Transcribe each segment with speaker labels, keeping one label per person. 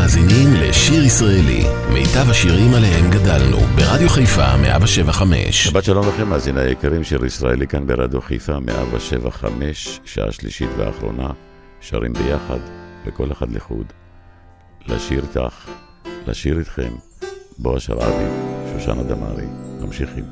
Speaker 1: מאזינים לשיר ישראלי, מיטב השירים עליהם גדלנו, ברדיו חיפה 107.5.
Speaker 2: שבת שלום לכם, מאזיני היקרים, שיר ישראלי כאן ברדיו חיפה 107.5, שעה שלישית ואחרונה, שרים ביחד, וכל אחד לחוד. לשיר איתך, לשיר איתכם, בועז שרעבי, שושנה דמארי, ממשיכים.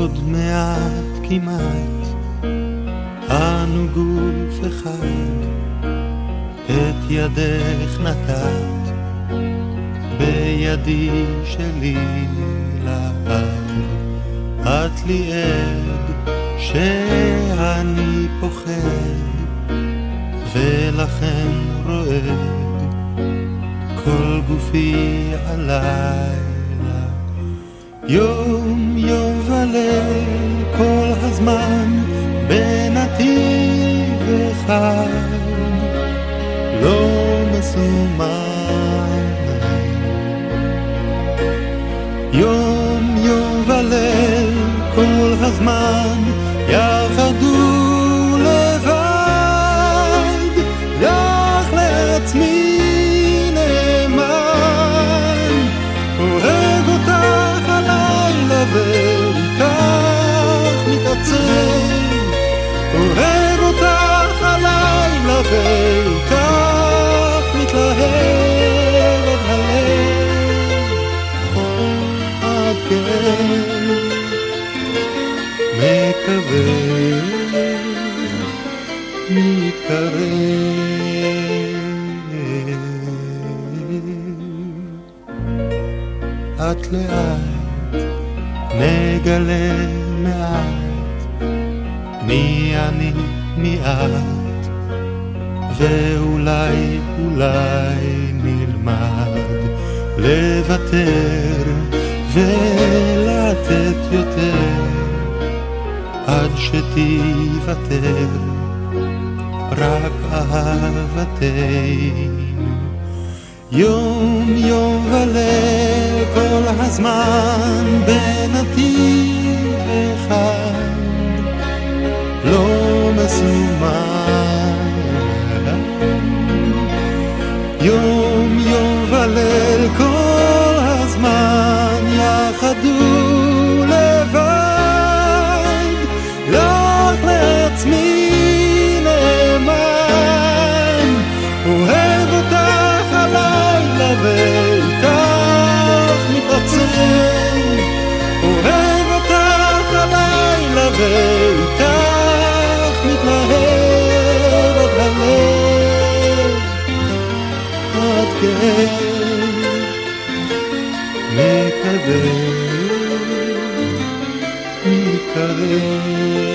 Speaker 3: עוד מעט כמעט אנו גוף אחד, את ידך נתת בידי שלי לעד, את לי עד שאני פוחד ולכן רועד כל גופי הלילה, יום יום וליל כל הזמן בנתיב אחד לא מסומן, יום יום וליל כל הזמן יחדו לבד, לך לעצמי נאמן, אוהב אותך הלילה ואיתך מתעצב, אוהב אותך הלילה ואיתך מתלהב עד הלב, עד כן מקווה מתקרב, את לאט נגלה מעט מי אני מי את, ואולי אולי נלמד לוותר ולתת יותר עד שתיוותר רק אהבתנו, יום יום וליל כל הזמן בנתיב אחד לא מסומן, יום יום וליל כל הזמן יחדו לבד, לך לעצמי נאמן, אוהב אותך הלילה ואיתך מתעצב, אוהב אותך הלילה ואיתך מתלהב עד הלב, עד כן מקווה מתקרב.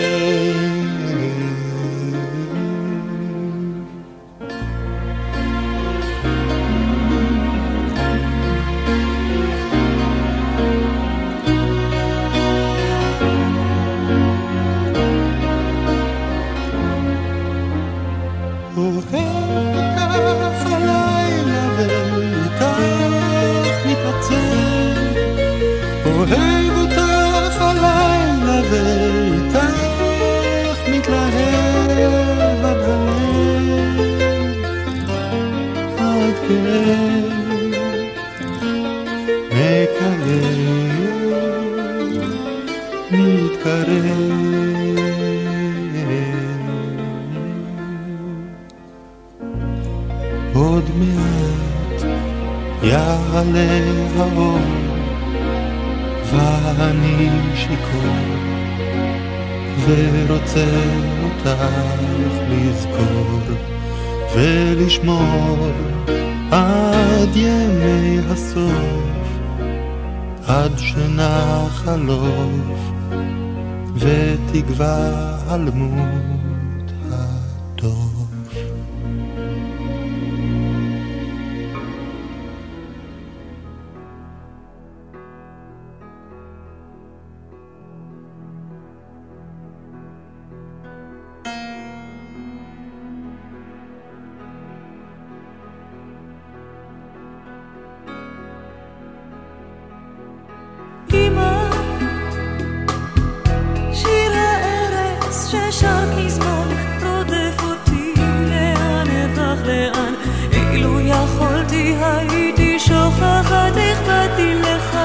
Speaker 3: אוהב אותך הלילה ואיתך מתלהב עד הלב, עד כן מקווה מתקרב, עוד מעט יעלה האור ואני שיקור ורוצה אותך לזכור ולשמור עד ימי הסוף, עד שנחלוף ותגווע אלמות הטוב.
Speaker 4: הייתי שוכחת איך באתי לך,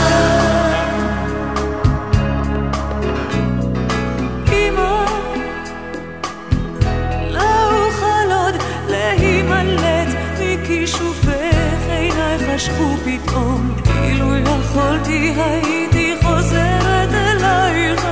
Speaker 4: אמא לא אוכל עוד להימלט מכישופך, עיניי חשכו פתאום, אילו יכולתי הייתי חוזרת אלייך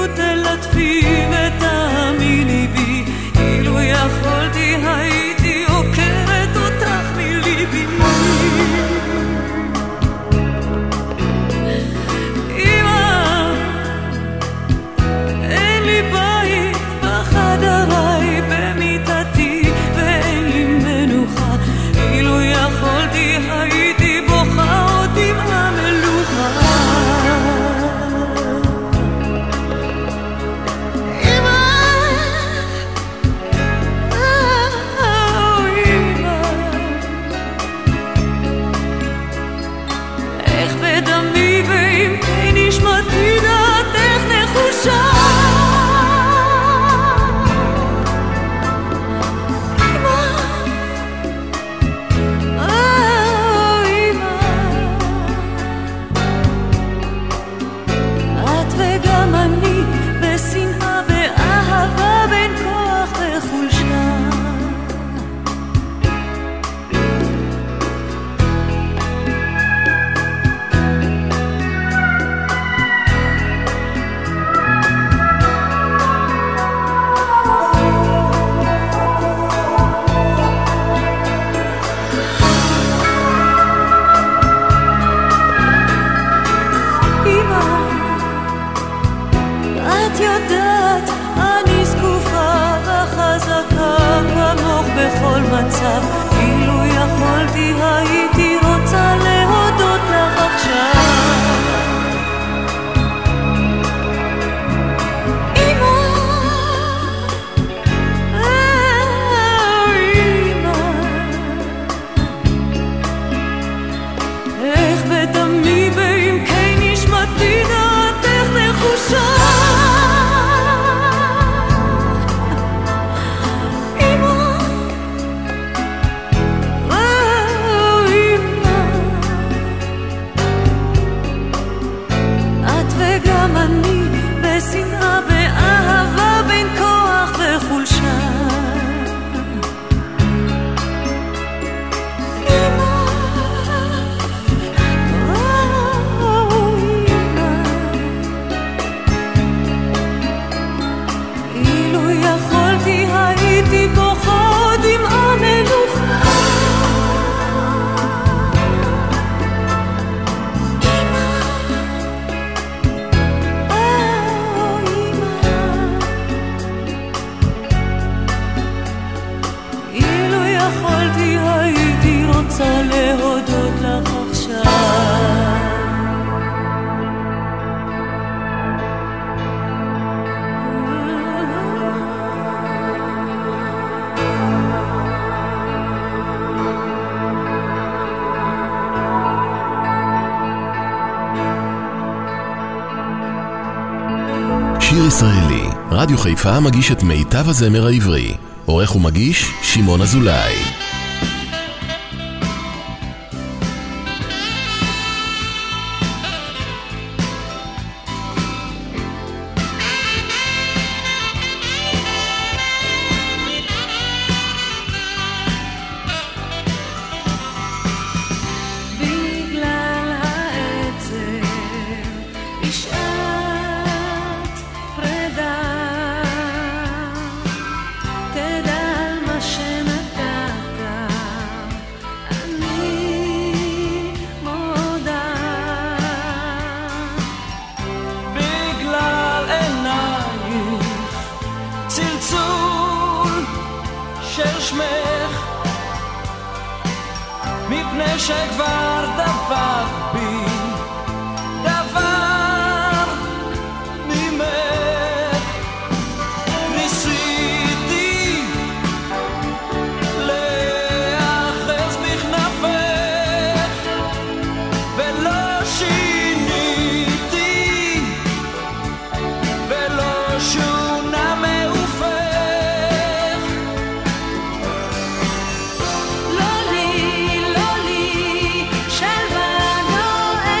Speaker 4: תלטפי ותאמיני בי, אילו יכולתי הייתי עוקרת אותך מליבי. אמא, אין לי בית בחדריי במיטתי ואין לי מנוחה, אילו יכולתי הייתי בוכה עוד עם המלוכה. נשמתי דעתך נחושה, אמא, אמא, את וגם אני בשנאה באהבה בין כוח וחולשה. את יודעת, אני זקופה וחזקה כמוך בכל מצב, אילו יכולתי הייתי רוצה להודות לך עכשיו. אמא, אמא, איך בדמי בעמקי נשמתי דעתך נחושה. וגם אני בשנאה באהבה בין כוח וחולשה. אמא, אמא, אילו יכולתי הייתי בוכה עוד דמעה מלוכה. יכולתי הייתי רוצה להודות לך עכשיו.
Speaker 1: שיר ישראלי, רדיו חיפה מגיש את מיטב הזמר העברי. עורך ומגיש שמעון אזולאי.
Speaker 5: שכבר דבר בי דבר ממך ניסיתי להאחז בכנפך ולא שיניתי ולא שונה מעופך. לא לי שלווה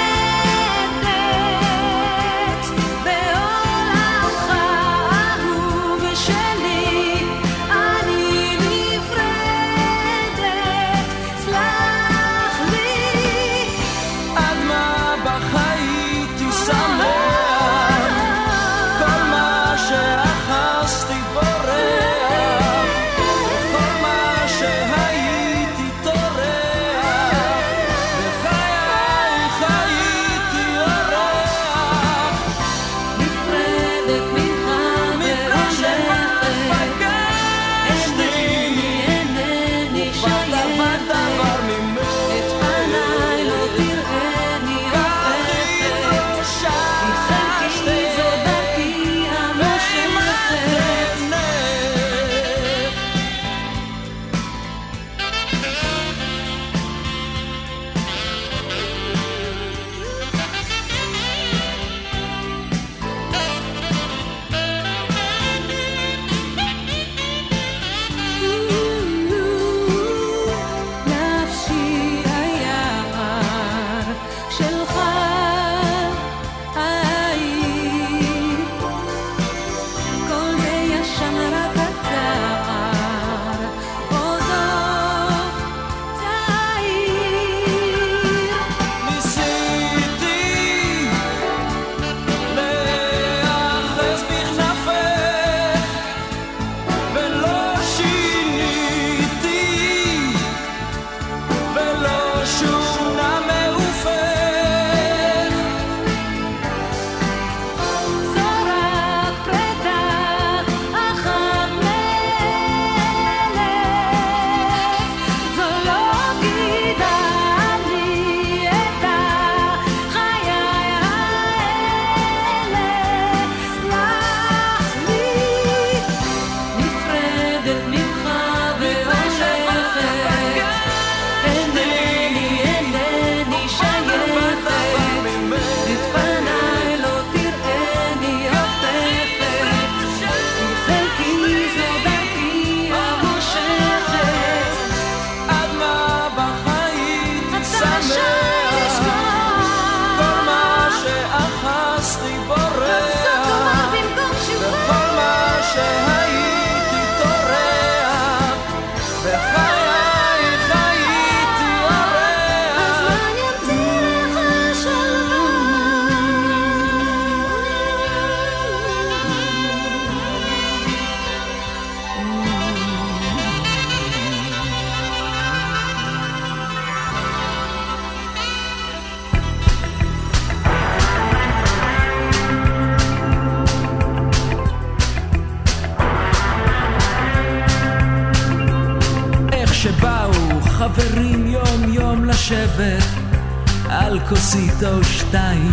Speaker 5: שבאו חברים יום יום לשבת על כוסית או שתיים.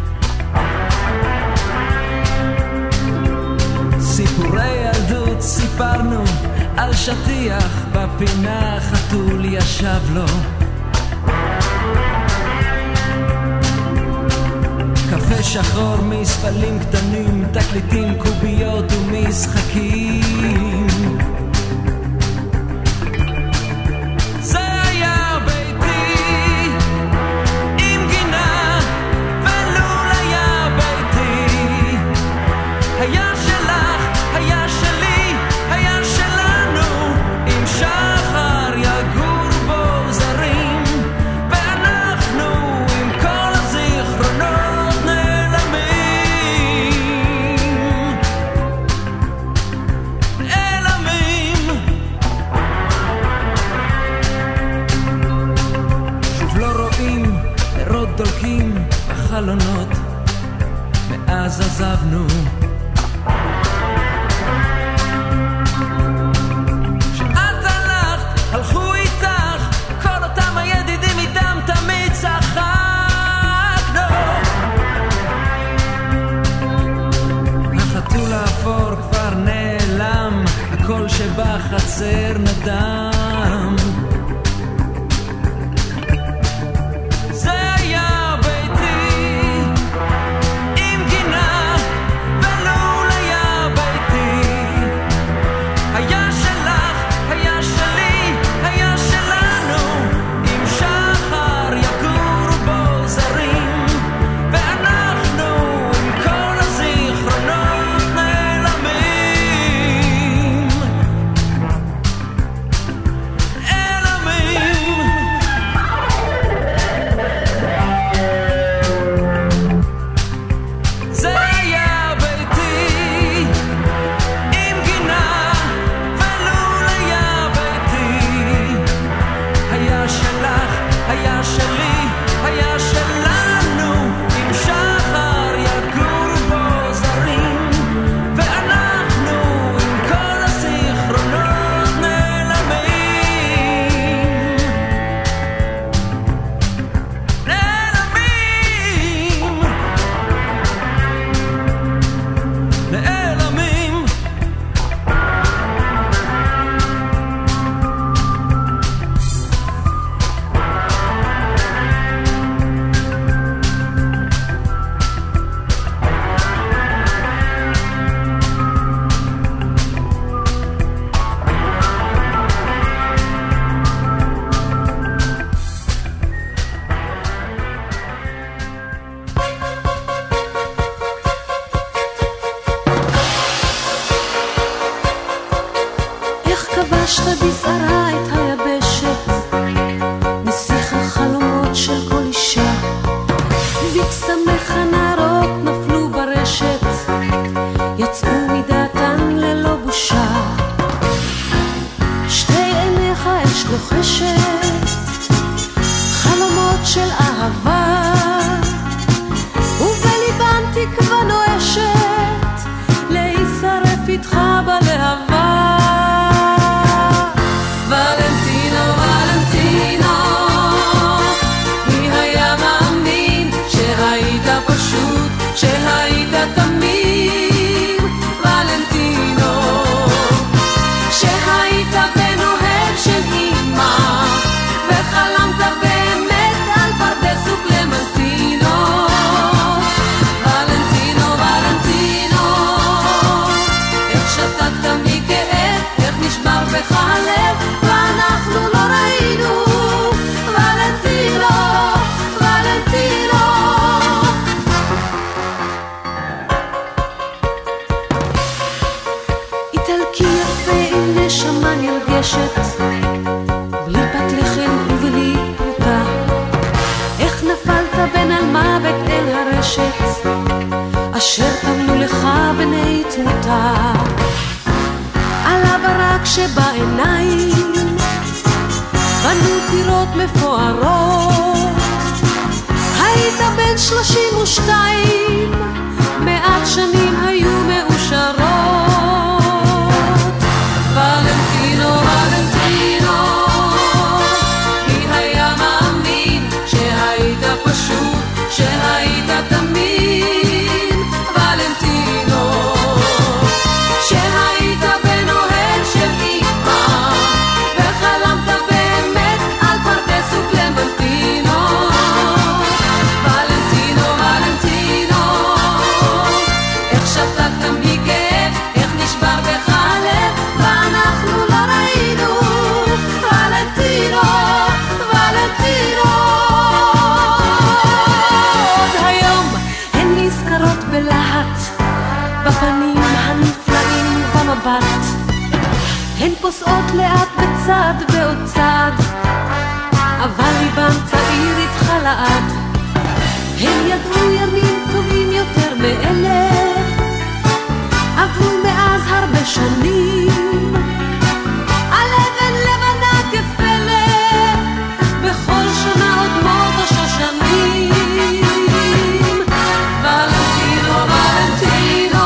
Speaker 5: סיפורי ילדות סיפרנו על שטיח בפינה חתול ישב לו. קפה שחור מספלים קטנים, תקליטים, קוביות ומשחקים. זה היה ביתי עם גינה ולול היה ביתי. היה שלך, היה שלי, היה שלנו, עם שחר יגור בו זרים, ואנחנו עם כל הזיכרונות נעלמים. שוב לא רואים פירות דולקים בחלונות, מאז עזבנו. שאת הלכת, הלכו איתך כל אותם הידידים, איתם תמיד צחקנו. החתול האפור כבר נעלם, הקול שבחצר נדם. זה היה ביתי עם גינה ולול היה ביתי. היה שלך, היה שלי, היה שלנו, עם שחר יגור בו זרים, ואנחנו עם כל הזיכרונות נעלמים. זה היה ביתי עם גינה ולול היה ביתי. היה שלך, היה שלי, היה שלנו, עם שחר יגור בו זרים, ואנחנו עם כל הזיכרונות נעלמים. נעלמים.
Speaker 4: איך כבשת בסערה את היבשת, נסיך החלומות של כל אישה, וקסמך הנערות נפלו ברשת, יצאו מדעתן ללא בושה. שתי עיניך אש לוחשת, חלומות של אהבה, ובליבן תקווה נואשת, להישרף איתך בלהבה. ולנטינו, ולנטינו, מי היה מאמין שהיית פשוט, שהיית תמיד. ולנטינו, שהיית בן אוהב של אמא, וחלמת באמת על פרדס וקלמנטינו. ולנטינו, ולנטינו, איך שתקת מכאב, איך נשבר בך הלב, ואנחנו לא ראינו. ולנטינו, ולנטינו, איטלקי יפה עם נשמה נרגשת, בלי פת לחם ובלי פרוטה, איך נפלת בין המוות אל הרשת, אשר טמנו לך בני תמותה. על הברק שבעיניים בנו טירות מפוארות, היית בן 32, מעט שנים היו מאושרות. ולנטינו, ולנטינו, פוסעות לאט בצד ועוד צד, אבל ליבם צעיר איתך לעד. הם ידעו ימים טובים יותר מאלה, עברו מאז הרבה שנים, על אבן לבנה כפלא, בכל שנה עוד מות השושנים. ולנטינו, ולנטינו,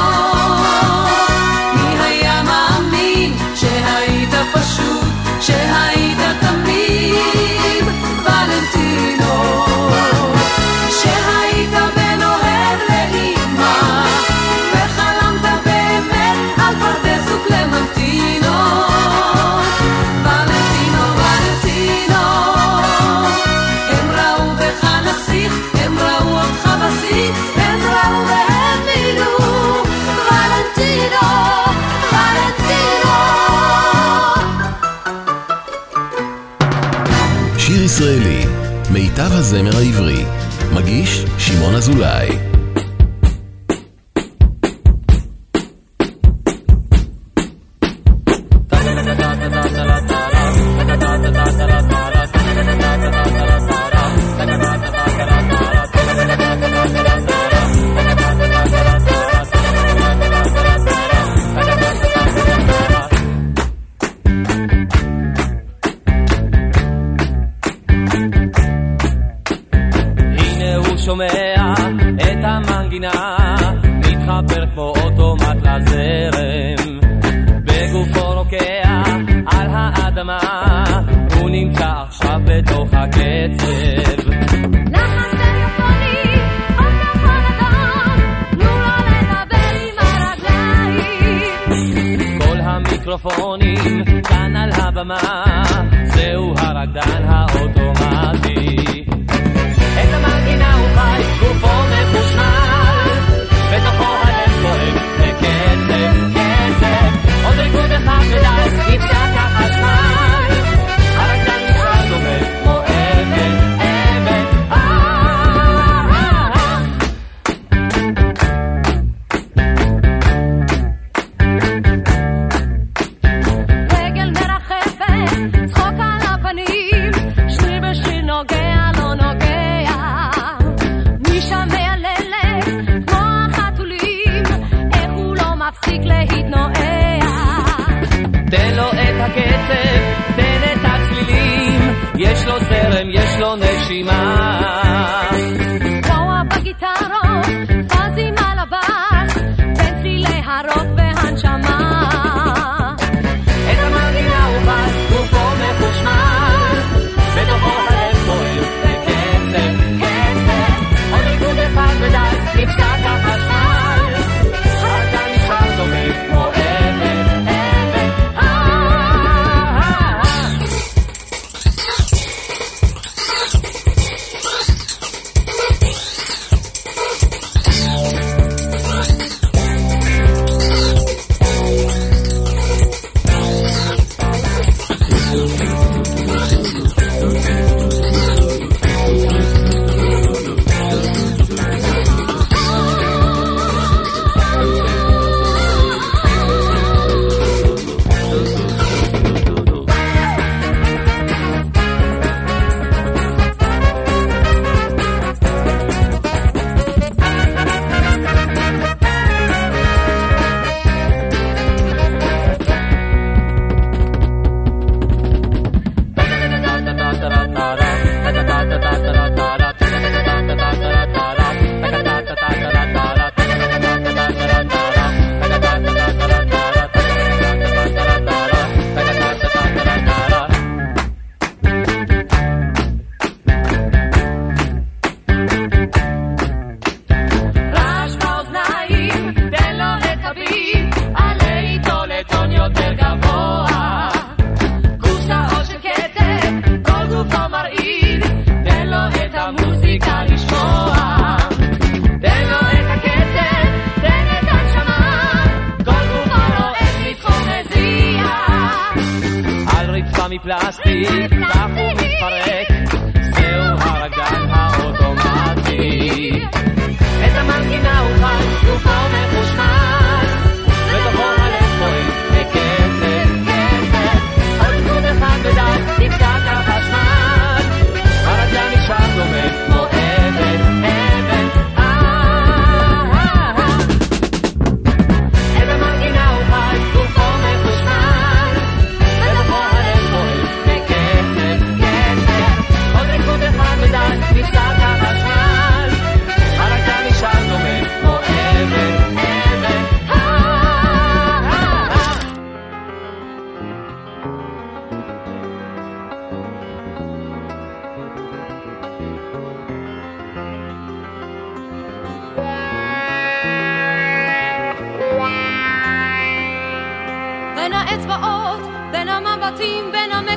Speaker 4: מי היה מאמין שהיית פשוט, שהיית תמיד. ולנטינו, שהיית בן אוהב לאמא, וחלמת באמת על פרדס וקלמנטינות. ולנטינו, ולנטינו, הם ראו בך נסיך, הם ראו אותך בסיך, הם ראו והאמינו. ולנטינו, ולנטינו.
Speaker 1: שיר ישראלי, מיטב הזמר העברי, מגיש שמעון אזולאי.
Speaker 5: שומע את המנגינה, מתחבר כמו אוטומט לזרם, בגופו רוקע על האדמה, הוא נמצא עכשיו בתוך הקצב.
Speaker 4: לחן סטריאופוני, עוד נכון אדם, תנו לו לדבר עם הרגליים.
Speaker 5: כל המיקרופונים כאן על הבמה, זהו הרקדן האוטומטי. את המנגינה הוא חי, גופו מחושמל, בתוכו הלב כואב בקצב, קצב. עוד ריקוד אחד ודי, נפסק החשמל, הרקדן נשאר דומה כמו אבן, אבן. רגל מרחפת, צחוק על הפנים, שריר בשיר נוגע לא נוגע, מפסיק להתנועע. תן לו את הקצב, תן את הצלילים, יש לו זרם, יש לו נשימה. קוואה בגיטרות, פזים על הבאס, בין צלילי הרוק והנשמה. את המנגינה הוא חי, גופו מחושמל, בתוכו הלב כואב בקצב, קצב. עוד ריקוד אחד ודי, נפסק החשמל, כמו אבן, אבן. מפלסטיק, כך הוא מתפרק, זהו הרקדן האוטומטי. את המנגינה הוא חי, גופו מחושמל, בתוכו הלב פועל בקצב, קצב.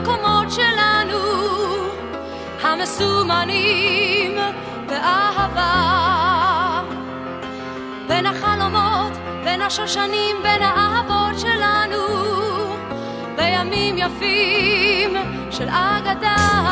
Speaker 4: המקומות שלנו המסומנים באהבה, בין החלומות, בין השושנים, בין האהבות שלנו, בימים יפים של אגדה.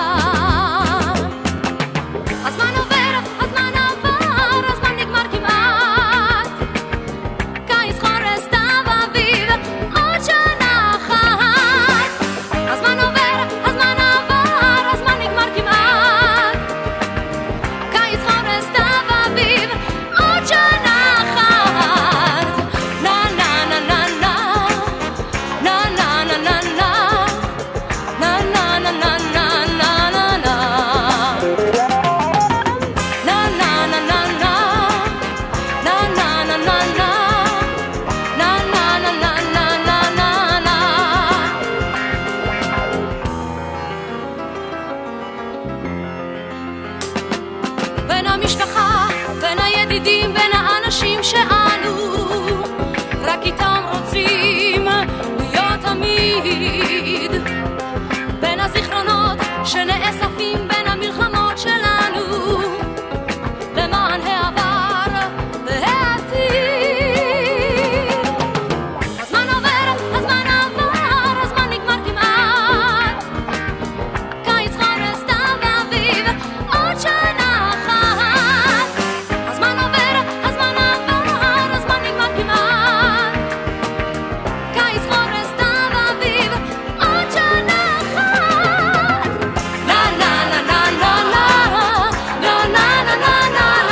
Speaker 4: הזמן עובר, הזמן עבר, הזמן נגמר כמעט, קיץ חורף סתיו אביב, עוד שנה אחת. הזמן עובר, הזמן עבר, הזמן נגמר כמעט, קיץ חורף סתיו אביב, עוד שנה אחת. נה נה נה נה נה נה נה נה נה נה נה נה שאנו רק איתם רוצים להיות תמיד, בין הזיכרונות שנאספים בין המלחמות שלנו למען העבר והעתיד. הזמן עובר, הזמן עבר, הזמן נגמר כמעט, קיץ חורף סתיו ואביב, עוד שנה אחת. הזמן עובר, הזמן עבר, הזמן נגמר כמעט, קיץ חורף סתיו ואביב, עוד שנה אחת. לה לה לה לה לה לה לה לה לה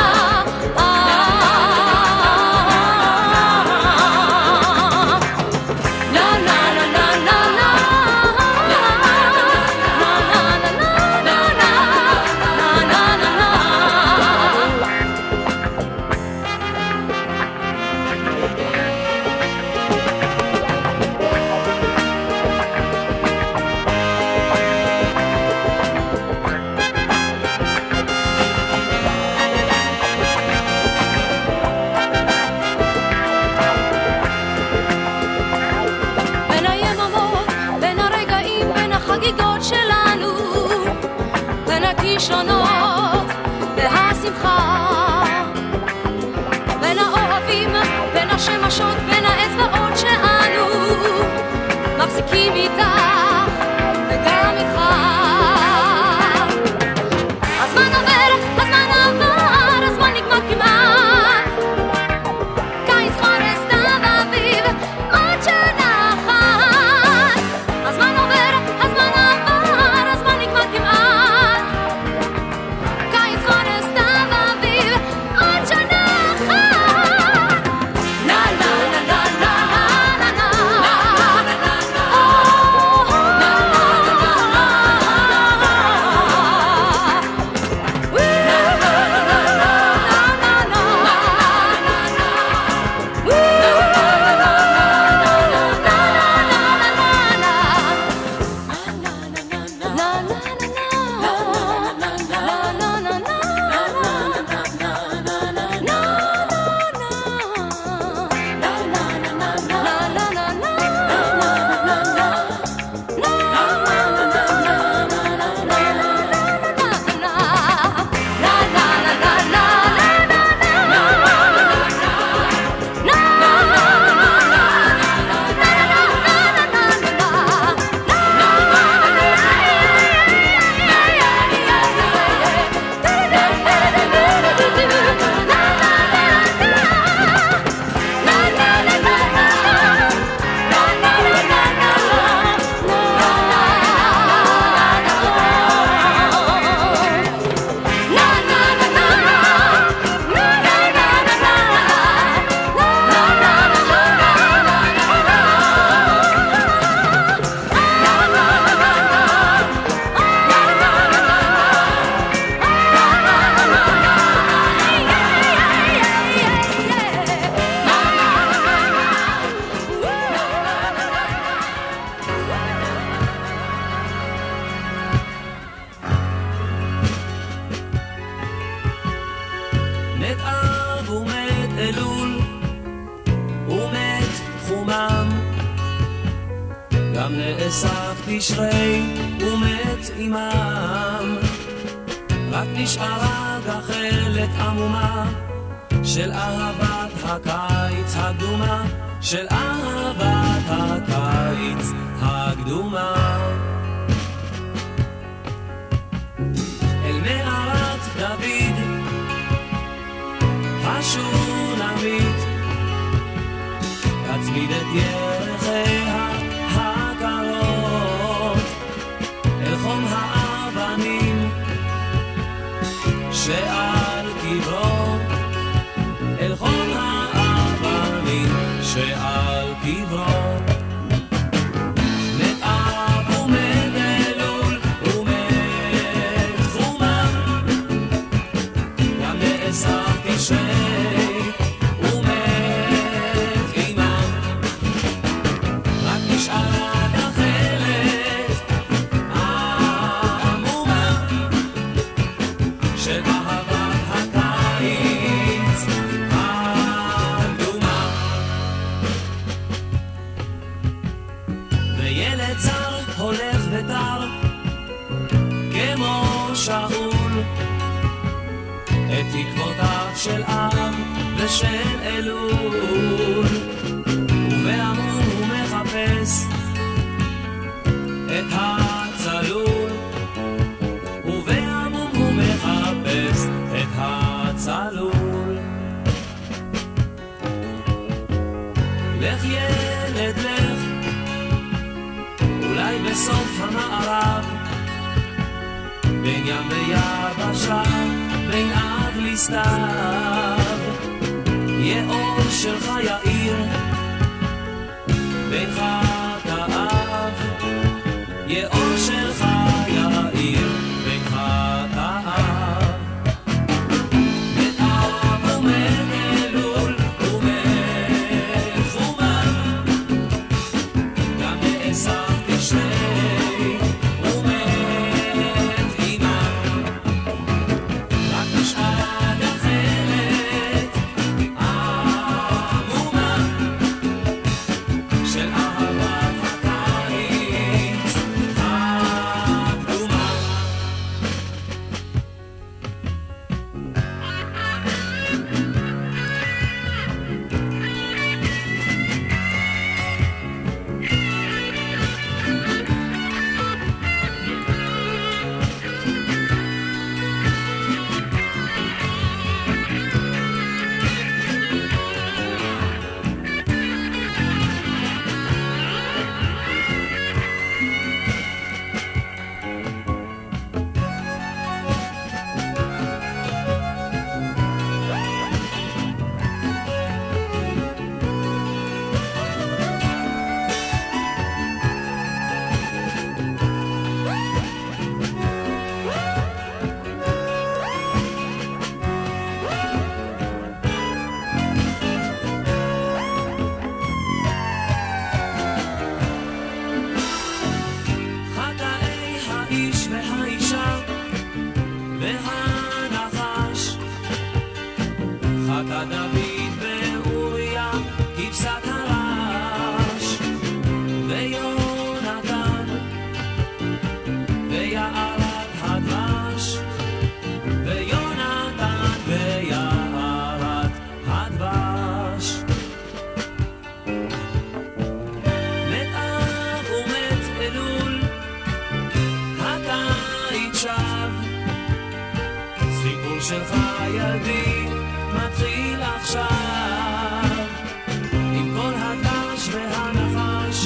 Speaker 4: בין היממות, בין הרגעים, בין החגיגות שלנו, בין הכישרונות והשמחה, בין האוהבים, בין השמשות, בין האצבעות שאנו מחזיקים איתך וגם איתך. הזמן עובר, הזמן עבר, הזמן נגמר כמעט, קיץ חורף סתיו ואביב, עוד שנה אחת. הזמן עובר, הזמן עבר, הזמן נגמר כמעט,
Speaker 5: תשרי ומת אימם, רק נשארה גחלת עמומה של אהבת הקיץ הקדומה, של אהבת הקיץ הקדומה. אל מערת דוד השונמית תצמיד את ירחיה הקרות אל חום האבנים שעל קברו, אל חום האבנים שעל קברו. מת אב ומת אלול ומת חומה, גם לעשו תשרי ומת אימם, רק נשארה גחלת עמומה של אהבת הקיץ הקדומה. וילד זר הולך ותר כמו שאול את תקוותיו של אב ושל אלול, ובעמום הוא מחפש את הצלול, ובעמום הוא מחפש את הצלול. לך ילד לך, אולי בסוף המערב, בין ים ויבשה, בין אב לסתיו, יהיה אור שלך יאיר, בין חטאיו, יהיה אור שלך יאיר, בין חטאיו. מת אב ומת אלול ומת חומה, גם לעשו תשרי ומת אימם, רק נשארה גחלת עמומה של אהבת הקיץ הקדומה. חטאי האיש והאישה והנחש, חטא דוד ואוריה כבשת הרש, ויונתן ויערת הדבש, ויונתן ויערת הדבש. מת אב ומת אלול, הקיץ שב, סיפור שלך ילדי מתחיל עכשיו, עם כל הדבש והנחש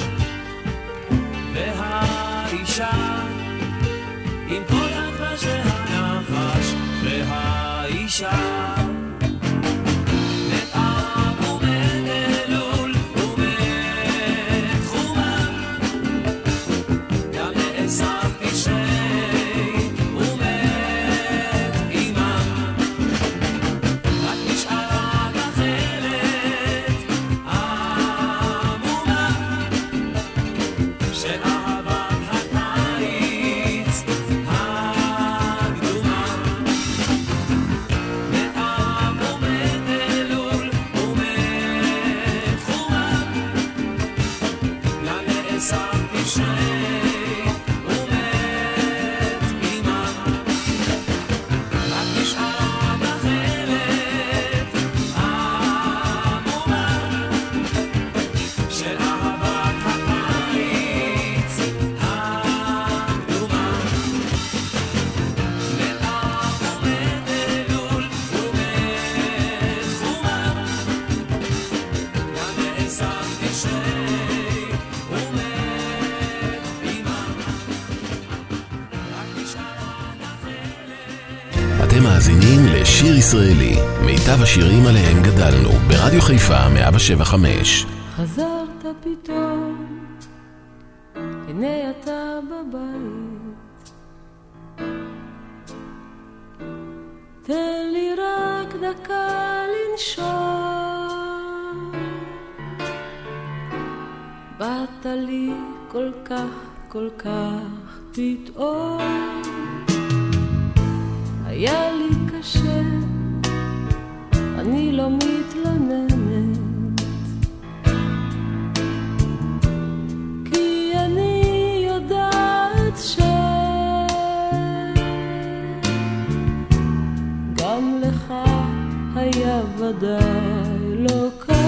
Speaker 5: והאישה, עם כל הדבש והנחש והאישה. מת אב ומת אלול ומת חומה, גם לעשו תשרי ומת אימם, רק נשארה גחלת עמומה של אהבת הקיץ הקדומה. מת אב
Speaker 1: אתם מאזינים לשיר ישראלי, מיטב השירים עליהם גדלנו, ברדיו חיפה 107.5.
Speaker 6: חזרת פתאום, הנה אתה בבית, תן לי רק דקה לנשום, באת לי כל כך כל כך פתאום, היה לי קשה, אני לא מתלוננת, כי אני יודעת שגם לך היה ודאי לא קל.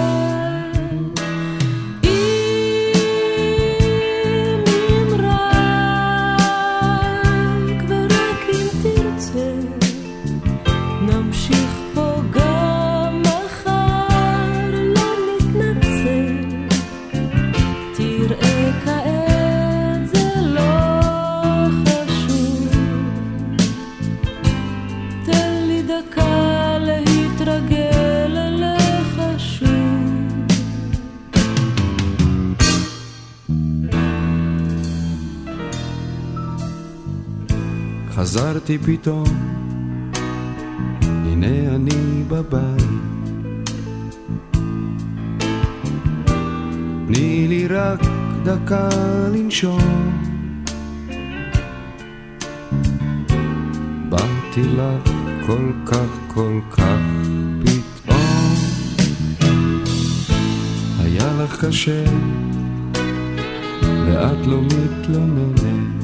Speaker 7: חזרתי פתאום, הנה אני בבית, תני לי רק דקה לנשום, באתי לך כל כך כל כך פתאום, היה לך קשה ואת לא מתלוננת,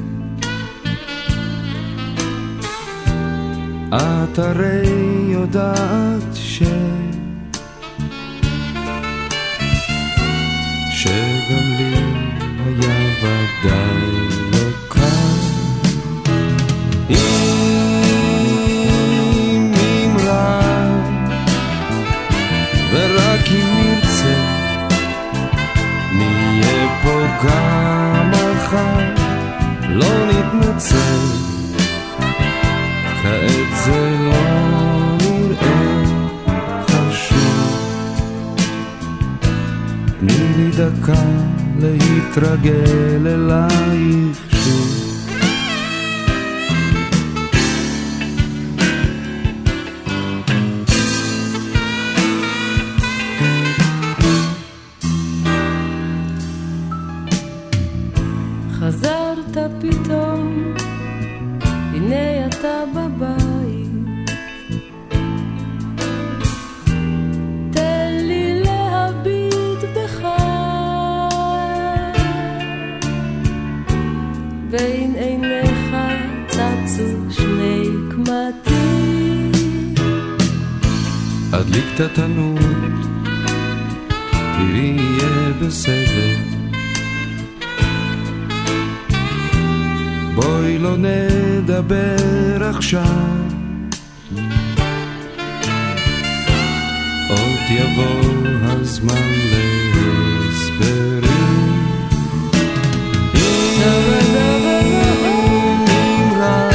Speaker 7: את הרי יודעת שגם לי היה ודאי לא קל. אם נמרא ורק אם נרצה נהיה פה גם מחר, לא נתנצל, כעת זה לא נראה חשוב, תני לי דקה להתרגל אלייך שוב.
Speaker 6: חזרת פתאום, הנה אתה בבית, תן לי להביט בך, בין עיניך צצו שני קמטים,
Speaker 7: הדליק את התנור, תראי יהיה בסדר, בואי לא נדבר עכשיו, עוד יבוא הזמן להסברים, אם נמרא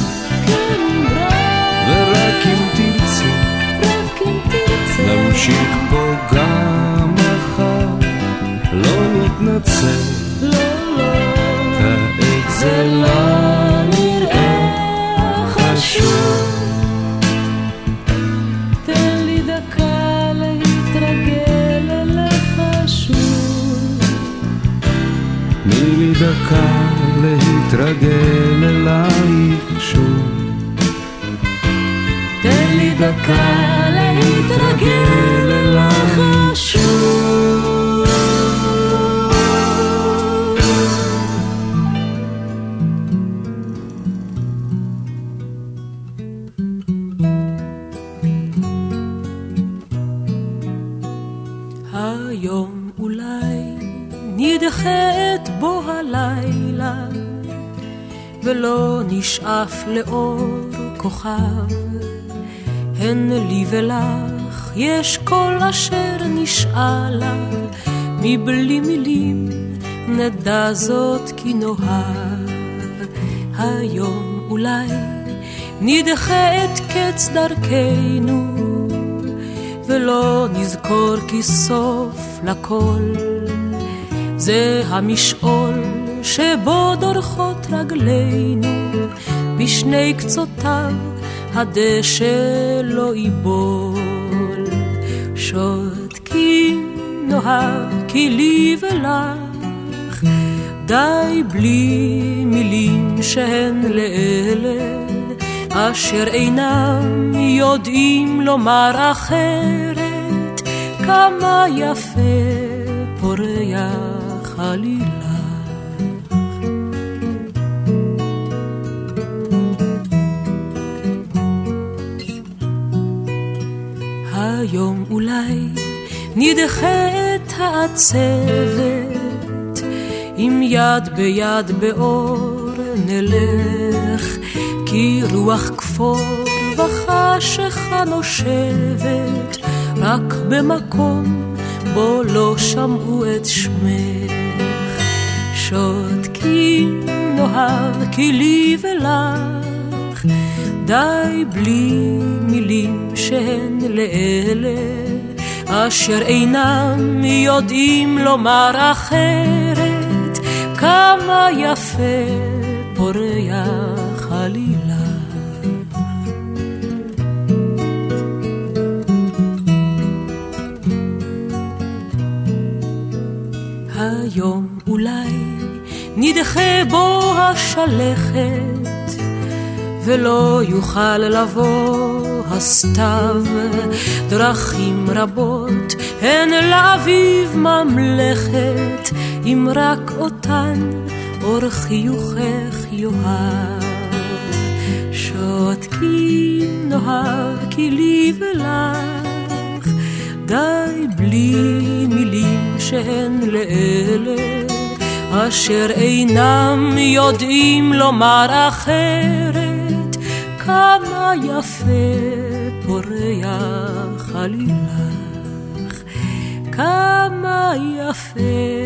Speaker 7: ורק אם תרצה נמשיך פה גם מחר, לא נתנצל, כעת זה לא נראה חשוב,
Speaker 6: תן לי דקה להתרגל אליך שוב,
Speaker 7: תני לי דקה להתרגל אלייך שוב,
Speaker 6: תן לי דקה להתרגל אליך שוב. היום אולי נדחה את בוא הלילה ולא נשאף לאור כוכב, הן לי ולך יש כל אשר נשאלה, מבלי מילים נדע זאת כי נאהב. היום אולי נדחה את קץ דרכנו, ולא נזכור כי סוף לכל זה המשעול שבו דורכות רגלינו, בשני קצותיו הדשא לא ייבול. שותקים נאהב כי לי ולך, די בלי מילים שהן לאלה אשר אינם יודעים לומר אחרת, כמה יפה פורח עלילך. היום אולי נדחה את העצבת, עם יד ביד באור נלך, כי רוח כפור וחשכה נושבת, רק במקום בו לא שמעו את שמך. שותקים נאהב כי לי ולך, די בלי מילים שהן לאלה אשר אינם יודעים לומר אחרת, כמה יפה פורח עלילך. היום אולי נדחה בו השלכת, ולא יוכל לבוא הסתיו, דרכים רבות הן לאביב ממלכת, אם רק אותן אור חיוכך יאהב. שותקים נאהב כי לי ולך, די בלי מילים שהן לאלה אשר אינם יודעים לומר אחרת, כמה יפה פורח עלילך, כמה יפה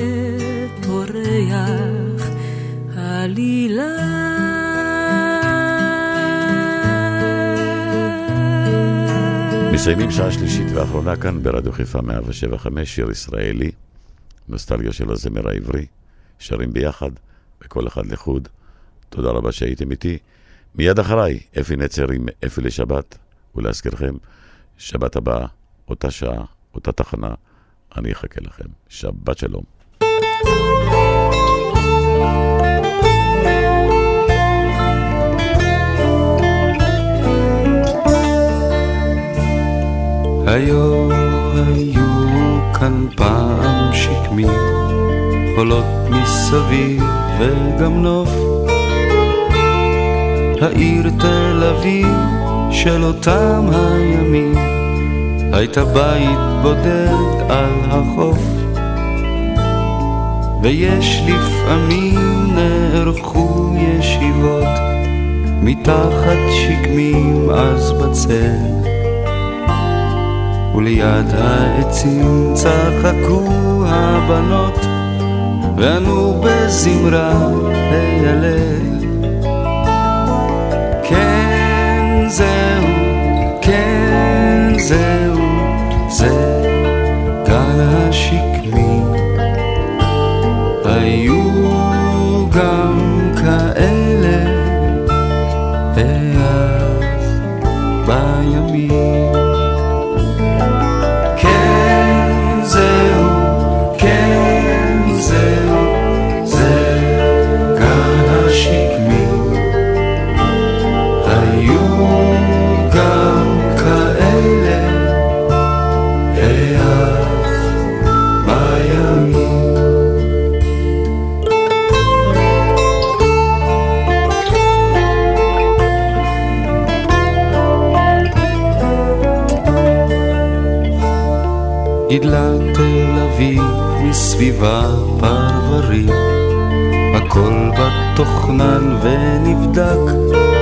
Speaker 6: פורח עלילך.
Speaker 2: מסיימים שעה שלישית ואחרונה כאן ברדיו חיפה 107.5, שיר ישראלי, נוסטלגיה של הזמר העברי, שרים ביחד וכל אחד לחוד. תודה רבה שהייתם איתי. מיד אחריי אפי נצר עם אפי לשבת, ולהזכירכם שבת הבאה אותה שעה אותה תחנה, אני אחכה לכם. שבת שלום.
Speaker 7: היו כאן פעם שקמי, חולות מסביב וגם נוף, העיר תל אביב של אותם הימים הייתה בית בודד על החוף, ויש לפעמים נערכו ישיבות מתחת שקמים אז בצל, וליד העצים צחקו הבנות וענו בזמרה להלל. כן זהו, כן זהו, זה גן השקמים. היו גם כאלה ואז בימים. כן זהו, כן זהו, זה גן השקמים. היו גם כאלה ואז בימים. גידלה תל אביב מסביבה פרברים, הכל בתוכנן ונבדק,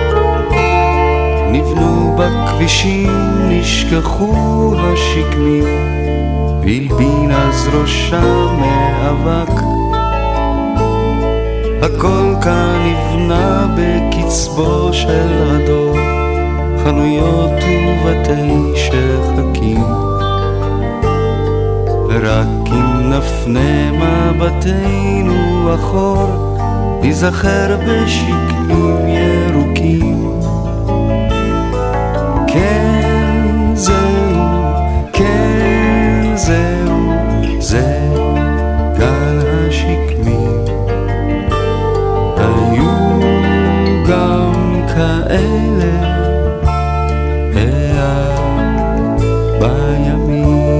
Speaker 7: נבנו בכבישים, נשכחו השקמים, והלבין אז ראשה מאבק. הכל כאן נבנה בקצבו של הדור, חנויות ובתי שחקים, ורק אם נפנה מבטנו אחור ניזכר בשקמים ירוקים. כן זהו, כן זהו, זה גן השקמים. היו גם כאלה בימים.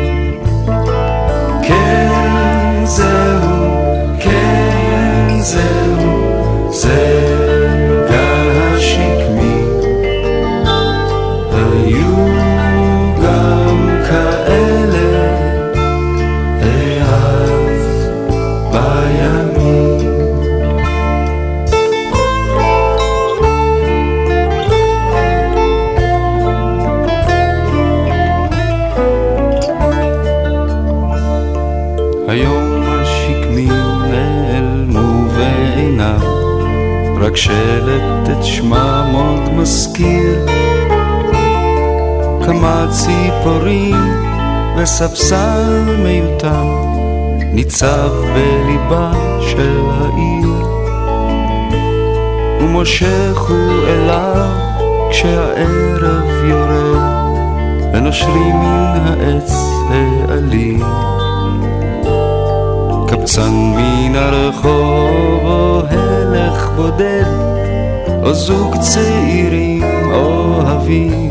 Speaker 7: כן זהו, כן זהו, זה גל השקמים. היו גם כאלה אז בימים. היום השקמים נעלמו ואינם, רק שלט את שמם עוד מזכיר. כמה ציפורים וספסל מיותם ניצב בליבה של העיר, ומושך הוא אליו כשהערב יורד ונושרים מן העץ העלים. קבצן מן הרחוב או הלך בודד, או זוג צעירים אוהבים,